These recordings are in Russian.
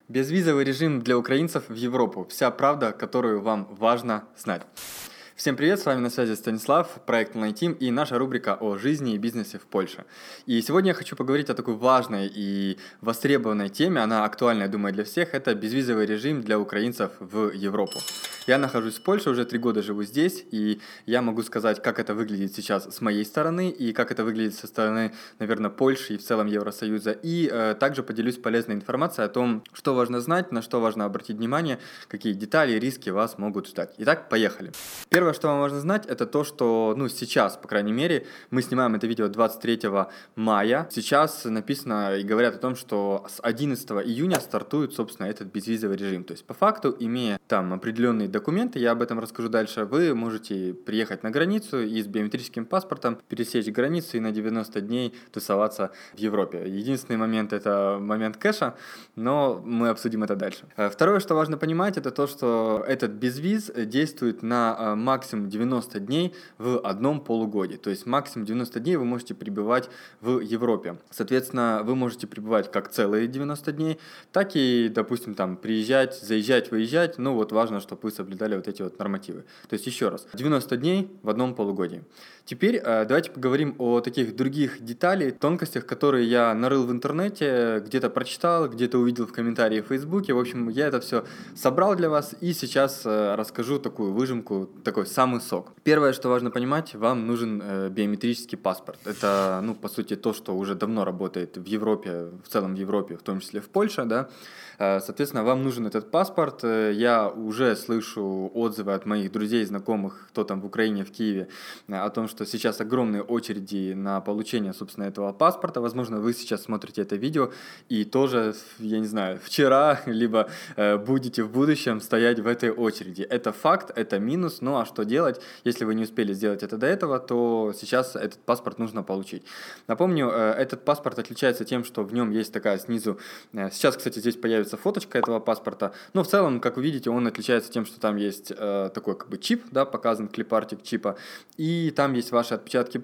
Безвизовый режим для украинцев в Европу. Вся правда, которую вам важно знать. Всем привет, с вами на связи Станислав, проект Team и наша рубрика о жизни и бизнесе в Польше. И сегодня я хочу поговорить о такой важной и востребованной теме, она актуальна, я думаю, для всех, это безвизовый режим для украинцев в Европу. Я нахожусь в Польше, уже 3 года живу здесь, и я могу сказать, как это выглядит сейчас с моей стороны, и как это выглядит со стороны, наверное, Польши и в целом Евросоюза. И также поделюсь полезной информацией о том, что важно знать, на что важно обратить внимание, какие детали и риски вас могут ждать. Итак, поехали. Первое, что вам важно знать, это то, что, сейчас, по крайней мере, мы снимаем это видео 23 мая. Сейчас написано и говорят о том, что с 11 июня стартует, собственно, этот безвизовый режим. То есть, по факту, имея там определенные документы, я об этом расскажу дальше, вы можете приехать на границу и с биометрическим паспортом пересечь границу и на 90 дней тусоваться в Европе. Единственный момент – это момент кэша, но мы обсудим это дальше. Второе, что важно понимать, это то, что этот безвиз действует на максимум 90 дней в одном полугодии. То есть максимум 90 дней вы можете пребывать в Европе. Соответственно, вы можете пребывать как целые 90 дней, так и, допустим, там приезжать, заезжать, выезжать. Важно, чтобы вы соблюдали вот эти вот нормативы. То есть еще раз, 90 дней в одном полугодии. Теперь давайте поговорим о таких других деталях, тонкостях, которые я нарыл в интернете, где-то прочитал, где-то увидел в комментарии в Фейсбуке. В общем, я это все собрал для вас и сейчас расскажу такую выжимку, такой самый сок. Первое, что важно понимать, вам нужен биометрический паспорт. Это, по сути, то, что уже давно работает в Европе, в целом в Европе, в том числе в Польше, да. Соответственно, вам нужен этот паспорт. Я уже слышу отзывы от моих друзей, знакомых, кто там в Украине, в Киеве, о том, что сейчас огромные очереди на получение, собственно, этого паспорта. Возможно, вы сейчас смотрите это видео и тоже, я не знаю, вчера, либо будете в будущем стоять в этой очереди. Это факт, это минус, а что делать? Если вы не успели сделать это до этого, то сейчас этот паспорт нужно получить. Напомню, этот паспорт отличается тем, что в нем есть такая снизу, сейчас, кстати, здесь появится фоточка этого паспорта, но в целом, как вы видите, он отличается тем, что там есть такой чип, да, показан клипартик чипа, и там есть ваши отпечатки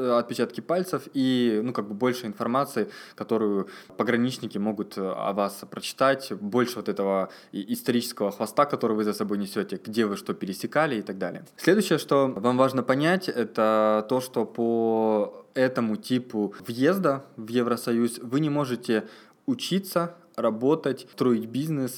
пальцев и, больше информации, которую пограничники могут о вас прочитать, больше вот этого исторического хвоста, который вы за собой несете, где вы что пересекали и так далее. Следующее, что вам важно понять, это то, что по этому типу въезда в Евросоюз вы не можете учиться, работать, строить бизнес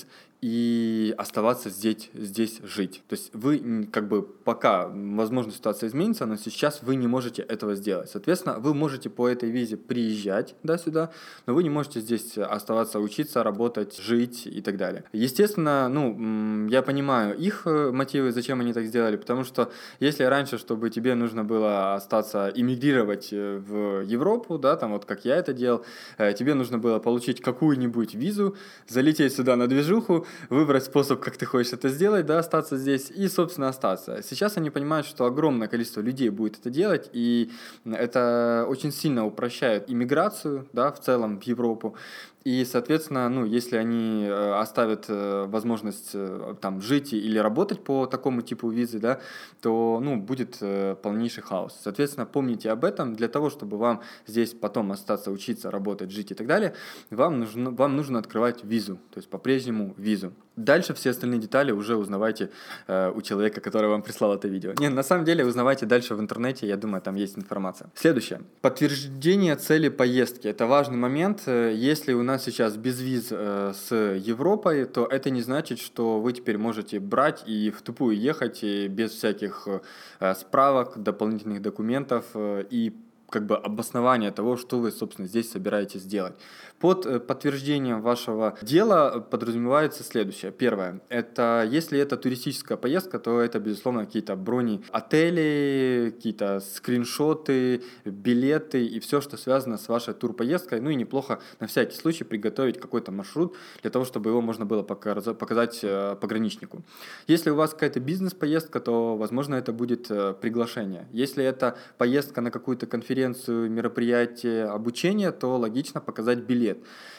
и оставаться здесь жить. То есть вы пока, возможно, ситуация изменится, но сейчас вы не можете этого сделать. Соответственно, вы можете по этой визе приезжать, сюда, но вы не можете здесь оставаться, учиться, работать, жить и так далее. Естественно, я понимаю их мотивы, зачем они так сделали, потому что если раньше, чтобы тебе нужно было остаться, эмигрировать в Европу, как я это делал, тебе нужно было получить какую-нибудь визу, залететь сюда на движуху, выбрать способ, как ты хочешь это сделать, остаться здесь и, собственно, остаться. Сейчас они понимают, что огромное количество людей будет это делать, и это очень сильно упрощает иммиграцию, в целом в Европу. И, соответственно, если они оставят возможность там жить или работать по такому типу визы, то, будет полнейший хаос. Соответственно, помните об этом. Для того, чтобы вам здесь потом остаться, учиться, работать, жить и так далее, вам нужно открывать визу, то есть по-прежнему визу. Дальше все остальные детали уже узнавайте у человека, который вам прислал это видео. На самом деле узнавайте дальше в интернете, я думаю, там есть информация. Следующее. Подтверждение цели поездки. Это важный момент. Если у нас сейчас безвиз с Европой, то это не значит, что вы теперь можете брать и в тупую ехать без всяких справок, дополнительных документов и обоснование того, что вы, собственно, здесь собираетесь делать. Под подтверждением вашего дела подразумевается следующее. Первое. Это если это туристическая поездка, то это, безусловно, какие-то брони отелей, какие-то скриншоты, билеты и все, что связано с вашей турпоездкой. И неплохо на всякий случай приготовить какой-то маршрут для того, чтобы его можно было показать пограничнику. Если у вас какая-то бизнес-поездка, то, возможно, это будет приглашение. Если это поездка на какую-то конференцию, мероприятие, обучение, то логично показать билет.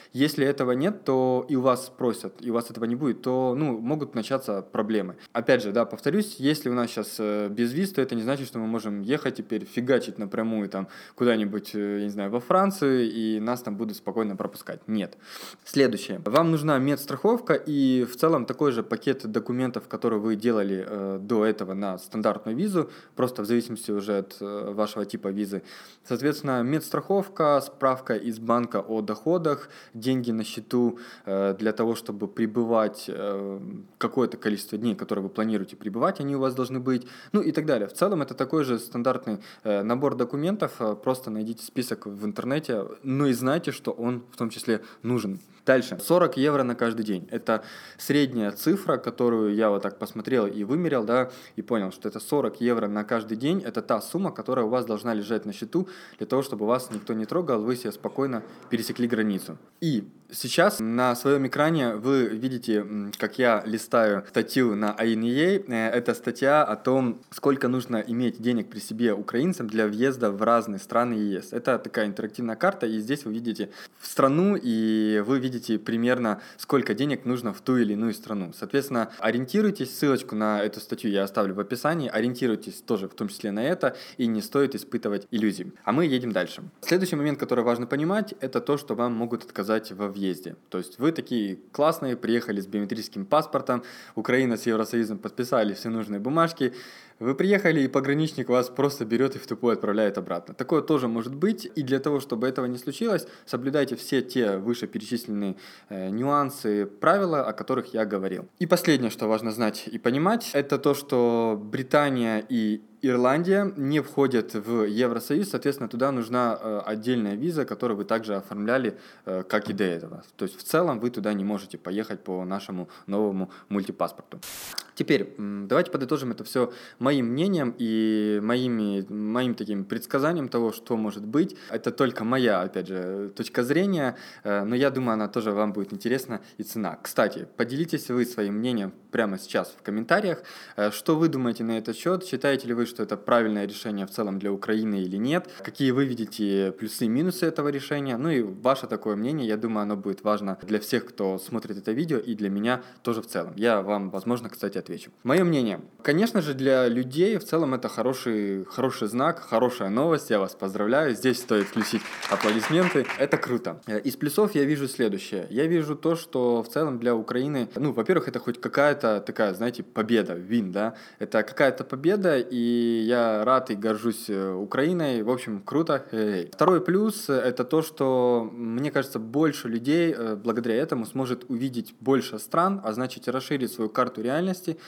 Если этого нет, то и у вас спросят, и у вас этого не будет, то, могут начаться проблемы. Опять же, да, повторюсь, если у нас сейчас без виз, то это не значит, что мы можем ехать теперь фигачить напрямую там куда-нибудь, я не знаю, во Францию, и нас там будут спокойно пропускать. Нет. Следующее. Вам нужна медстраховка и в целом такой же пакет документов, которые вы делали до этого на стандартную визу, просто в зависимости уже от вашего типа визы. Соответственно, медстраховка, справка из банка о доходах, деньги на счету для того, чтобы пребывать какое-то количество дней, которые вы планируете пребывать, они у вас должны быть, и так далее. В целом это такой же стандартный набор документов, просто найдите список в интернете, но и знайте, что он в том числе нужен. Дальше. 40 евро на каждый день. Это средняя цифра, которую я вот так посмотрел и вымерял, да, и понял, что это 40 евро на каждый день. Это та сумма, которая у вас должна лежать на счету для того, чтобы вас никто не трогал, вы себе спокойно пересекли границу. И сейчас на своем экране вы видите, как я листаю статью на INEA. Это статья о том, сколько нужно иметь денег при себе украинцам для въезда в разные страны ЕС. Это такая интерактивная карта, и здесь вы видите страну, и вы видите примерно, сколько денег нужно в ту или иную страну. Соответственно, ориентируйтесь, ссылочку на эту статью я оставлю в описании, ориентируйтесь тоже в том числе на это, и не стоит испытывать иллюзий. А мы едем дальше. Следующий момент, который важно понимать, это то, что вам могут отказать во въезде. То есть вы такие классные, приехали с биометрическим паспортом, Украина с Евросоюзом подписали все нужные бумажки, вы приехали, и пограничник вас просто берет и в тупую отправляет обратно. Такое тоже может быть, и для того, чтобы этого не случилось, соблюдайте все те вышеперечисленные нюансы, правила, о которых я говорил. И последнее, что важно знать и понимать, это то, что Британия и Ирландия не входят в Евросоюз, соответственно, туда нужна отдельная виза, которую вы также оформляли, как и до этого. То есть в целом вы туда не можете поехать по нашему новому мультипаспорту. Теперь давайте подытожим это все моим мнением и моим таким предсказанием того, что может быть. Это только моя, опять же, точка зрения, но я думаю, она тоже вам будет интересна и ценна. Кстати, поделитесь вы своим мнением прямо сейчас в комментариях. Что вы думаете на этот счет? Считаете ли вы, что это правильное решение в целом для Украины или нет? Какие вы видите плюсы и минусы этого решения? И ваше такое мнение, я думаю, оно будет важно для всех, кто смотрит это видео, и для меня тоже в целом. Я вам, возможно, кстати, отвечу. Мое мнение. Конечно же, для людей в целом это хороший знак, хорошая новость. Я вас поздравляю. Здесь стоит включить аплодисменты. Это круто. Из плюсов я вижу следующее. Я вижу то, что в целом для Украины, во-первых, это хоть какая-то такая, знаете, победа, win, да? Это какая-то победа, и я рад и горжусь Украиной. В общем, круто. Второй плюс – это то, что, мне кажется, больше людей благодаря этому сможет увидеть больше стран, а значит расширить свою карту реальности,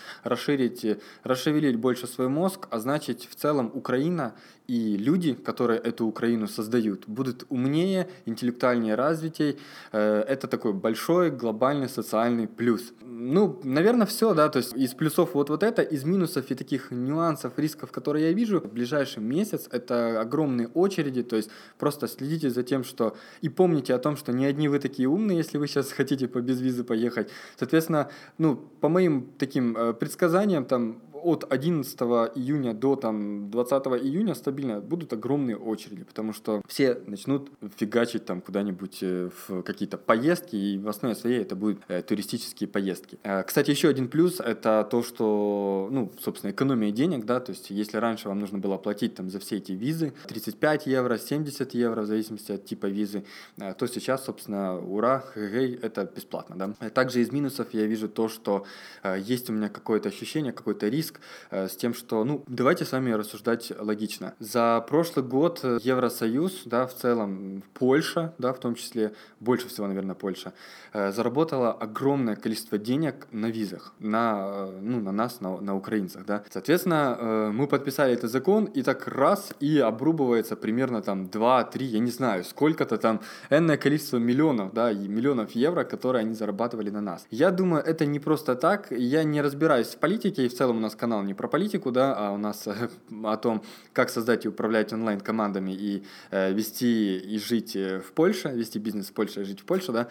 расшевелить больше свой мозг, а значит в целом Украина и люди, которые эту Украину создают, будут умнее, интеллектуальнее развитей. Это такой большой глобальный социальный плюс. Наверное, все, да, то есть из плюсов вот это, из минусов и таких нюансов, рисков, которые я вижу в ближайший месяц, это огромные очереди, то есть просто следите за тем, что и помните о том, что не одни вы такие умные, если вы сейчас хотите по безвизу поехать. Соответственно, по моим таким предсказаниям, там, от 11 июня до 20 июня стабильно будут огромные очереди, потому что все начнут фигачить там куда-нибудь в какие-то поездки, и в основе своей это будут туристические поездки. Кстати, еще один плюс – это то, что, собственно, экономия денег, да, то есть если раньше вам нужно было платить там за все эти визы 35 евро, 70 евро, в зависимости от типа визы, то сейчас, собственно, ура, это бесплатно, да. Также из минусов я вижу то, что есть у меня какое-то ощущение, какой-то риск с тем, что, давайте с вами рассуждать логично. За прошлый год Евросоюз, да, в целом Польша, да, в том числе, больше всего, наверное, Польша, заработала огромное количество денег на визах, на нас, на украинцах, да. Соответственно, мы подписали этот закон, и так раз, и обрубывается примерно там 2-3, я не знаю, сколько-то там, энное количество миллионов, да, и миллионов евро, которые они зарабатывали на нас. Я думаю, это не просто так, я не разбираюсь в политике, и в целом у нас канал не про политику, да, а у нас о том, как создать и управлять онлайн-командами и вести и жить в Польше, вести бизнес в Польше и жить в Польше, да.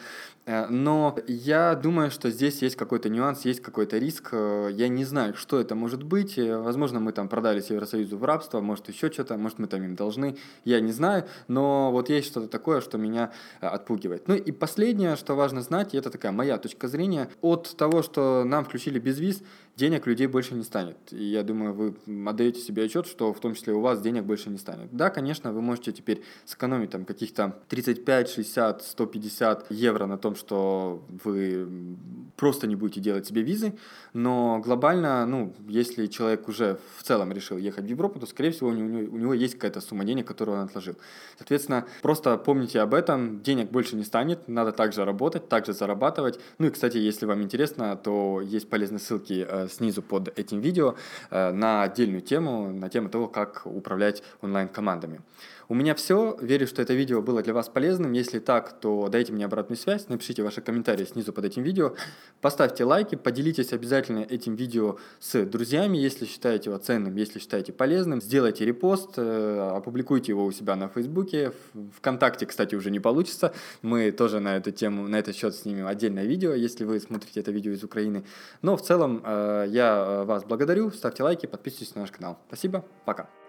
Но я думаю, что здесь есть какой-то нюанс, есть какой-то риск. Я не знаю, что это может быть. Возможно, мы там продали Евросоюзу в рабство, может еще что-то, может мы там им должны. Я не знаю, но вот есть что-то такое, что меня отпугивает. Ну и последнее, что важно знать, и это такая моя точка зрения, от того, что нам включили безвиз, денег людей больше не станет. И я думаю, вы отдаете себе отчет, что в том числе у вас денег больше не станет. Да, конечно, вы можете теперь сэкономить там каких-то 35, 60, 150 евро на том, что вы просто не будете делать себе визы, но глобально, ну, если человек уже в целом решил ехать в Европу, то, скорее всего, у него есть какая-то сумма денег, которую он отложил. Соответственно, просто помните об этом, денег больше не станет, надо также работать, также зарабатывать. Ну и, кстати, если вам интересно, то есть полезные ссылки снизу под этим видео на отдельную тему, на тему того, как управлять онлайн-командами. У меня все. Верю, что это видео было для вас полезным. Если так, то дайте мне обратную связь, напишите ваши комментарии снизу под этим видео, поставьте лайки, поделитесь обязательно этим видео с друзьями, если считаете его ценным, если считаете полезным. Сделайте репост, опубликуйте его у себя на Фейсбуке. ВКонтакте, кстати, уже не получится. Мы тоже на эту тему, на этот счет снимем отдельное видео, если вы смотрите это видео из Украины. Но в целом я вас благодарю. Ставьте лайки, подписывайтесь на наш канал. Спасибо, пока.